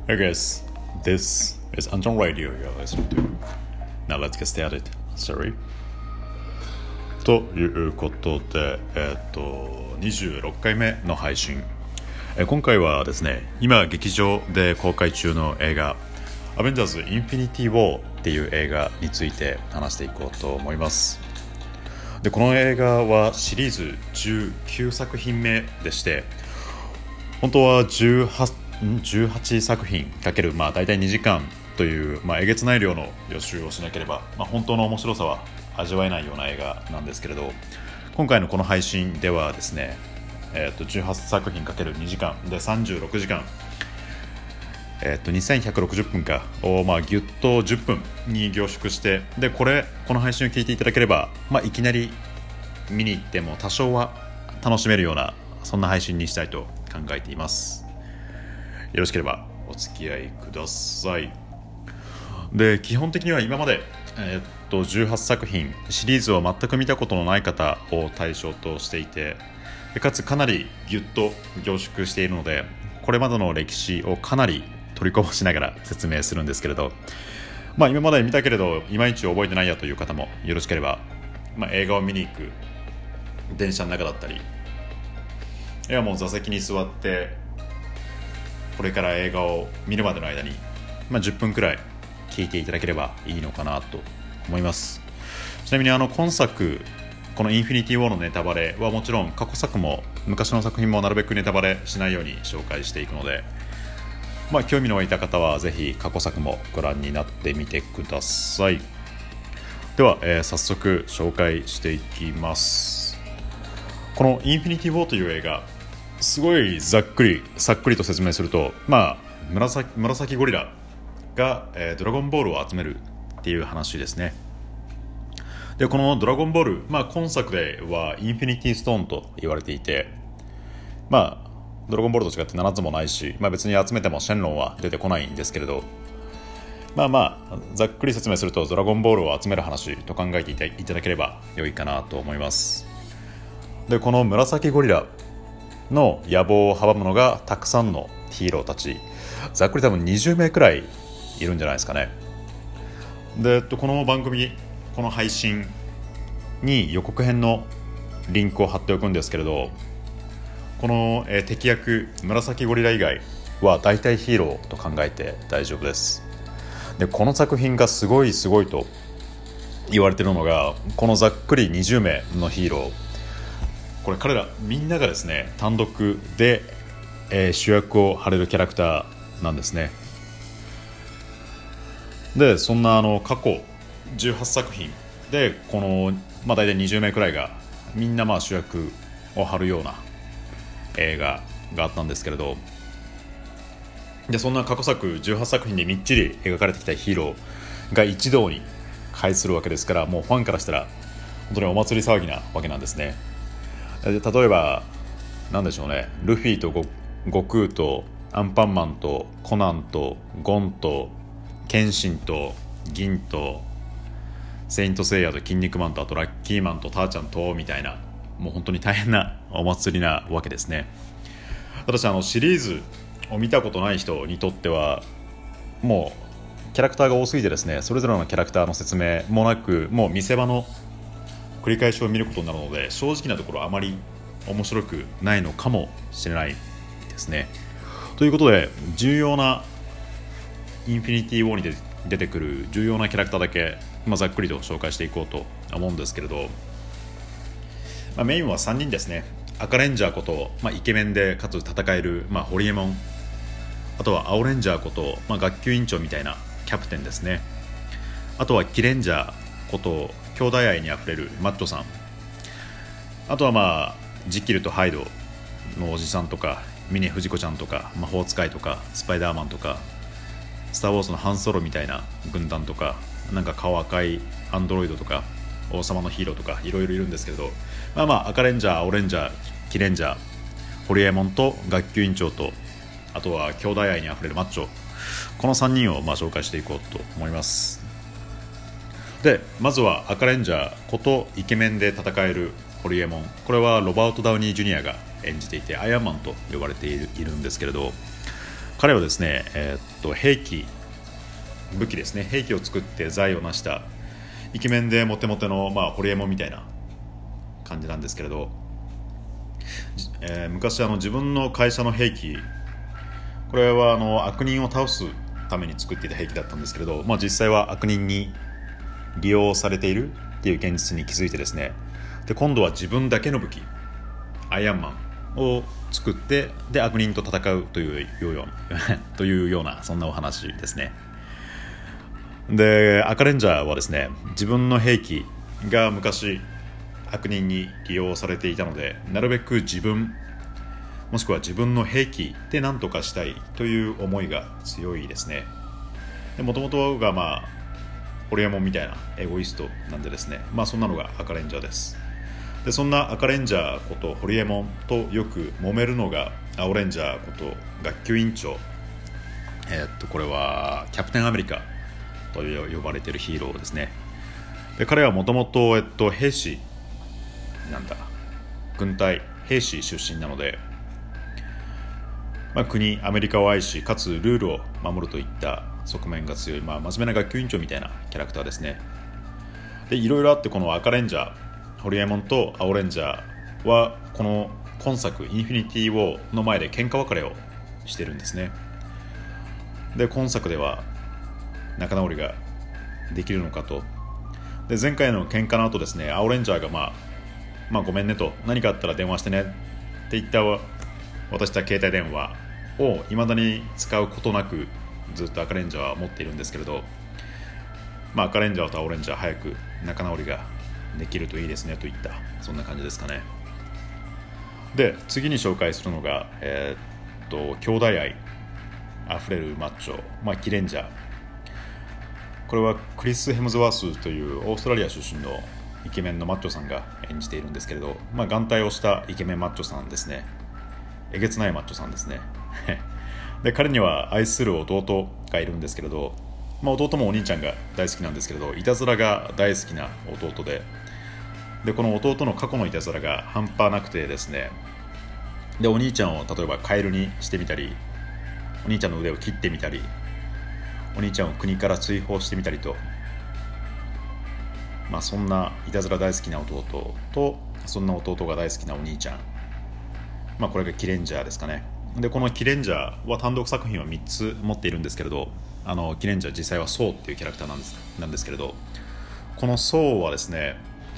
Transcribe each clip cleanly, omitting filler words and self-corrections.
Hey guys, this is Anton Radio you're listening to. Now let's get started. Sorry. ということで、26回目の配信。今回はですね、今劇場で公開中の映画アベンジャーズインフィニティ・ウォーっていう映画について話していこうと思います。で、この映画はシリーズ19作品目でして、本当は18作品かける、大体2時間という、えげつない量の予習をしなければ、本当の面白さは味わえないような映画なんですけれど、今回のこの配信ではですね、18作品かける2時間で36時間、2160分かを、ギュッと10分に凝縮して、でこの配信を聞いていただければ、いきなり見に行っても多少は楽しめるような、そんな配信にしたいと考えています。よろしければお付き合いください。で、基本的には今まで、18作品シリーズを全く見たことのない方を対象としていて、かつかなりギュッと凝縮しているので、これまでの歴史をかなり取りこぼしながら説明するんですけれど、今まで見たけれどいまいち覚えてないやという方もよろしければ、映画を見に行く電車の中だったり、もう座席に座ってこれから映画を見るまでの間に、10分くらい聞いていただければいいのかなと思います。ちなみに今作このインフィニティ・ウォーのネタバレはもちろん過去作も昔の作品もなるべくネタバレしないように紹介していくので、興味の湧いた方はぜひ過去作もご覧になってみてください。では、早速紹介していきます。このインフィニティ・ウォーという映画、すごいさっくりと説明すると、紫ゴリラが、ドラゴンボールを集めるっていう話ですね。で、このドラゴンボール、今作ではインフィニティストーンと言われていて、ドラゴンボールと違って7つもないし、別に集めてもシェンロンは出てこないんですけれど、ざっくり説明するとドラゴンボールを集める話と考えていただければ良いかなと思います。で、この紫ゴリラの野望を阻むのがたくさんのヒーローたち、ざっくり多分20名くらいいるんじゃないですかね。で、この番組、この配信に予告編のリンクを貼っておくんですけれど、この、敵役紫ゴリラ以外は大体ヒーローと考えて大丈夫です。で、この作品がすごいと言われているのが、このざっくり20名のヒーロー、これ彼らみんながですね、単独で、主役を張れるキャラクターなんですね。で、そんな過去18作品でこの、大体20名くらいがみんな主役を張るような映画があったんですけれど、でそんな過去作18作品でみっちり描かれてきたヒーローが一堂に会するわけですから、もうファンからしたら本当にお祭り騒ぎなわけなんですね。例えばなんでしょうね、ルフィと悟空とアンパンマンとコナンとゴンとケンシンと銀とセイントセイヤとキン肉マンと、あとラッキーマンとターちゃんとみたいな、もう本当に大変なお祭りなわけですね。ただしシリーズを見たことない人にとってはもうキャラクターが多すぎてですね、それぞれのキャラクターの説明もなく、もう見せ場の繰り返しを見ることになるので、正直なところあまり面白くないのかもしれないですね。ということで、重要なインフィニティ・ウォーに出てくる重要なキャラクターだけ、ざっくりと紹介していこうと思うんですけれど、メインは3人ですね。赤レンジャーこと、イケメンでかつ戦える、ホリエモン、あとは青レンジャーこと、学級委員長みたいなキャプテンですね。あとはキレンジャーこと兄弟愛にあふれるマッチョさん、あとはジキルとハイドのおじさんとか、峰不二子ちゃんとか、魔法使いとか、スパイダーマンとか、スターウォーズのハンソロみたいな軍団とか、なんか顔赤いアンドロイドとか、王様のヒーローとかいろいろいるんですけれど、赤レンジャー、青レンジャー、キレンジャー、ホリエモンと学級委員長と、あとは兄弟愛にあふれるマッチョ、この3人を紹介していこうと思います。で、まずは赤レンジャーことイケメンで戦えるホリエモン、これはロバート・ダウニー・ジュニアが演じていてアイアンマンと呼ばれているんですけれど、 彼はですね、武器ですね、兵器を作って財を成したイケメンでモテモテの、ホリエモンみたいな感じなんですけれど、昔自分の会社の兵器、これは悪人を倒すために作っていた兵器だったんですけれど、実際は悪人に利用されているっていう現実に気づいてですね、で今度は自分だけの武器アイアンマンを作って、で悪人と戦うというようなそんなお話ですね。で赤レンジャーはですね、自分の兵器が昔悪人に利用されていたので、なるべく自分もしくは自分の兵器で何とかしたいという思いが強いですね。もともとがホリエモンみたいなエゴイストなんでですね、そんなのが赤レンジャーです。でそんな赤レンジャーことホリエモンとよく揉めるのが青レンジャーこと学級委員長、これはキャプテンアメリカと呼ばれているヒーローですね。で彼はもともと兵士軍隊兵士出身なので、国アメリカを愛し、かつルールを守るといった側面が強い、真面目な学級委員長みたいなキャラクターですね。でいろいろあって、この赤レンジャーホリエモンと青レンジャーはこの今作インフィニティ・ウォーの前で喧嘩別れをしてるんですね。で今作では仲直りができるのかと。で前回の喧嘩の後ですね、青レンジャーがごめんねと、何かあったら電話してねって言った渡した携帯電話を未だに使うことなくずっと赤レンジャーは持っているんですけれど、赤レンジャーと青レンジャー早く仲直りができるといいですねといったそんな感じですかね。で次に紹介するのが、兄弟愛あふれるマッチョ、キレンジャー。これはクリス・ヘムズワースというオーストラリア出身のイケメンのマッチョさんが演じているんですけれど、眼帯をしたイケメンマッチョさんですね。えげつないマッチョさんですねで彼には愛する弟がいるんですけれど、弟もお兄ちゃんが大好きなんですけれど、いたずらが大好きな弟で、この弟の過去のいたずらが半端なくてですね、でお兄ちゃんを例えばカエルにしてみたり、お兄ちゃんの腕を切ってみたり、お兄ちゃんを国から追放してみたりと、そんないたずら大好きな弟と、そんな弟が大好きなお兄ちゃん、これがキレンジャーですかね。でこのキレンジャーは単独作品を3つ持っているんですけれど、キレンジャー実際はソーっていうキャラクターなんですけれど、このソーはですね、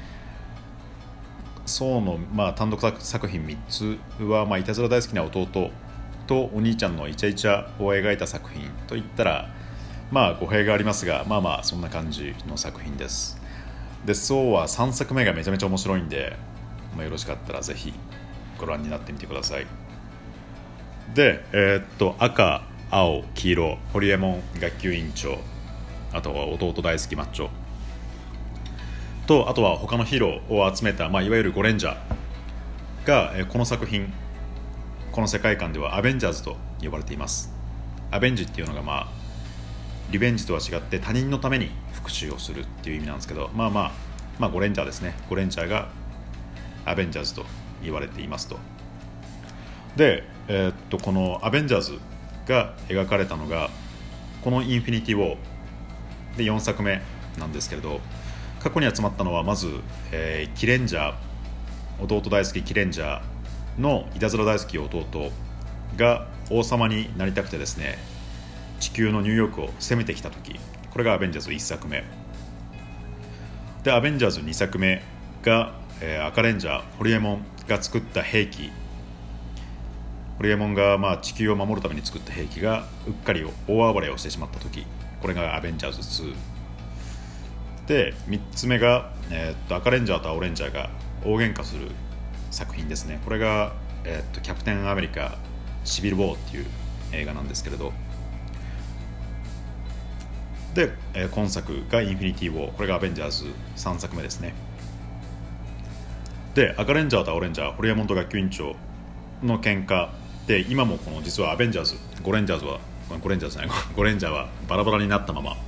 ソーの、単独作品3つは、いたずら大好きな弟とお兄ちゃんのイチャイチャを描いた作品といったら語弊がありますが、そんな感じの作品です。でソーは3作目がめちゃめちゃ面白いんで、よろしかったらぜひご覧になってみてください。で、赤、青、黄色、ホリエモン学級委員長、あとは弟大好きマッチョと、あとは他のヒーローを集めた、いわゆるゴレンジャーが、この作品、この世界観ではアベンジャーズと呼ばれています。アベンジっていうのがリベンジとは違って他人のために復讐をするっていう意味なんですけど、ゴレンジャーですね。ゴレンジャーがアベンジャーズと言われていますと。で、このアベンジャーズが描かれたのがこのインフィニティ・ウォーで4作目なんですけれど、過去に集まったのはまず、キレンジャー、弟大好きキレンジャーのいたずら大好き弟が王様になりたくてですね、地球のニューヨークを攻めてきた時、これがアベンジャーズ1作目で、アベンジャーズ2作目が、赤レンジャーホリエモンが作った兵器、ホリエモンが地球を守るために作った兵器がうっかり大暴れをしてしまった時、これがアベンジャーズ2で、3つ目が、赤レンジャーと青レンジャーが大喧嘩する作品ですね。これが、キャプテンアメリカシビル・ウォーっていう映画なんですけれど、で、今作がインフィニティ・ウォー、これがアベンジャーズ3作目ですね。で赤レンジャーと青レンジャー、ホリエモンと学級委員長の喧嘩で、今もこの実はアベンジャーズゴレンジャーはバラバラになったまま、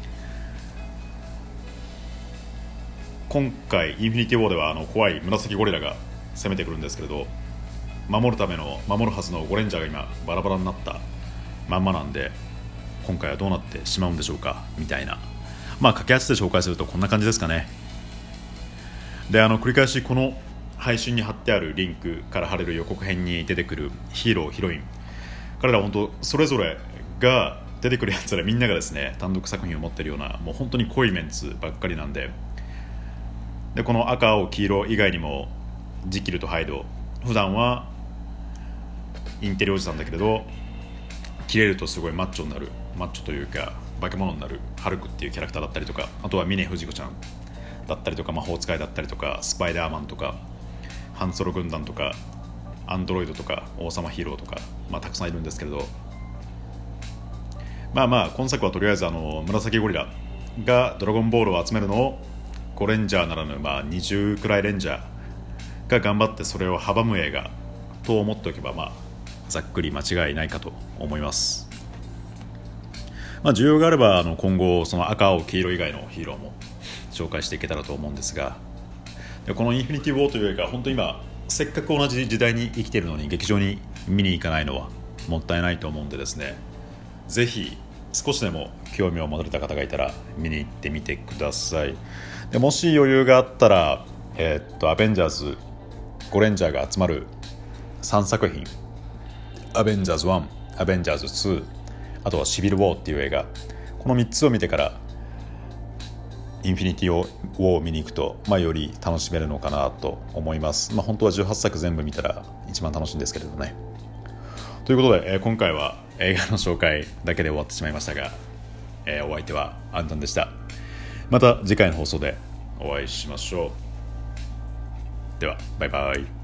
今回インフィニティ・ウォーでは怖い紫ゴリラが攻めてくるんですけれど、守るはずのゴレンジャーが今バラバラになったまんまなんで、今回はどうなってしまうんでしょうかみたいな、まあ駆け足で紹介するとこんな感じですかね。で、繰り返しこの配信に貼ってあるリンクから貼れる予告編に出てくるヒーローヒロイン、彼ら本当それぞれが出てくるやつらみんながですね、単独作品を持ってるようなもう本当に濃いメンツばっかりなんで、この赤青黄色以外にもジキルとハイド、普段はインテリおじさんだけれど切れるとすごいマッチョになる、マッチョというか化け物になるハルクっていうキャラクターだったりとか、あとは峰不二子ちゃんだったりとか、魔法使いだったりとか、スパイダーマンとかハンソロ軍団とかアンドロイドとか王様ヒーローとか、たくさんいるんですけれど、今作はとりあえず紫ゴリラがドラゴンボールを集めるのを5レンジャーならぬ、20くらいレンジャーが頑張ってそれを阻む映画と思っておけば、ざっくり間違いないかと思います。需要があれば今後その赤青黄色以外のヒーローも紹介していけたらと思うんですが、このインフィニティ・ウォーという映画、本当今せっかく同じ時代に生きているのに劇場に見に行かないのはもったいないと思うんでですね、ぜひ少しでも興味を持たれた方がいたら見に行ってみてください。でもし余裕があったら、アベンジャーズ5レンジャーが集まる3作品、アベンジャーズ1、アベンジャーズ2、あとはシビル・ウォーっていう映画、この3つを見てからインフィニティ・ウォーを見に行くと、より楽しめるのかなと思います。本当は18作全部見たら一番楽しいんですけれどね。ということで、今回は映画の紹介だけで終わってしまいましたが、お相手はアンタンでした。また次回の放送でお会いしましょう。ではバイバイ。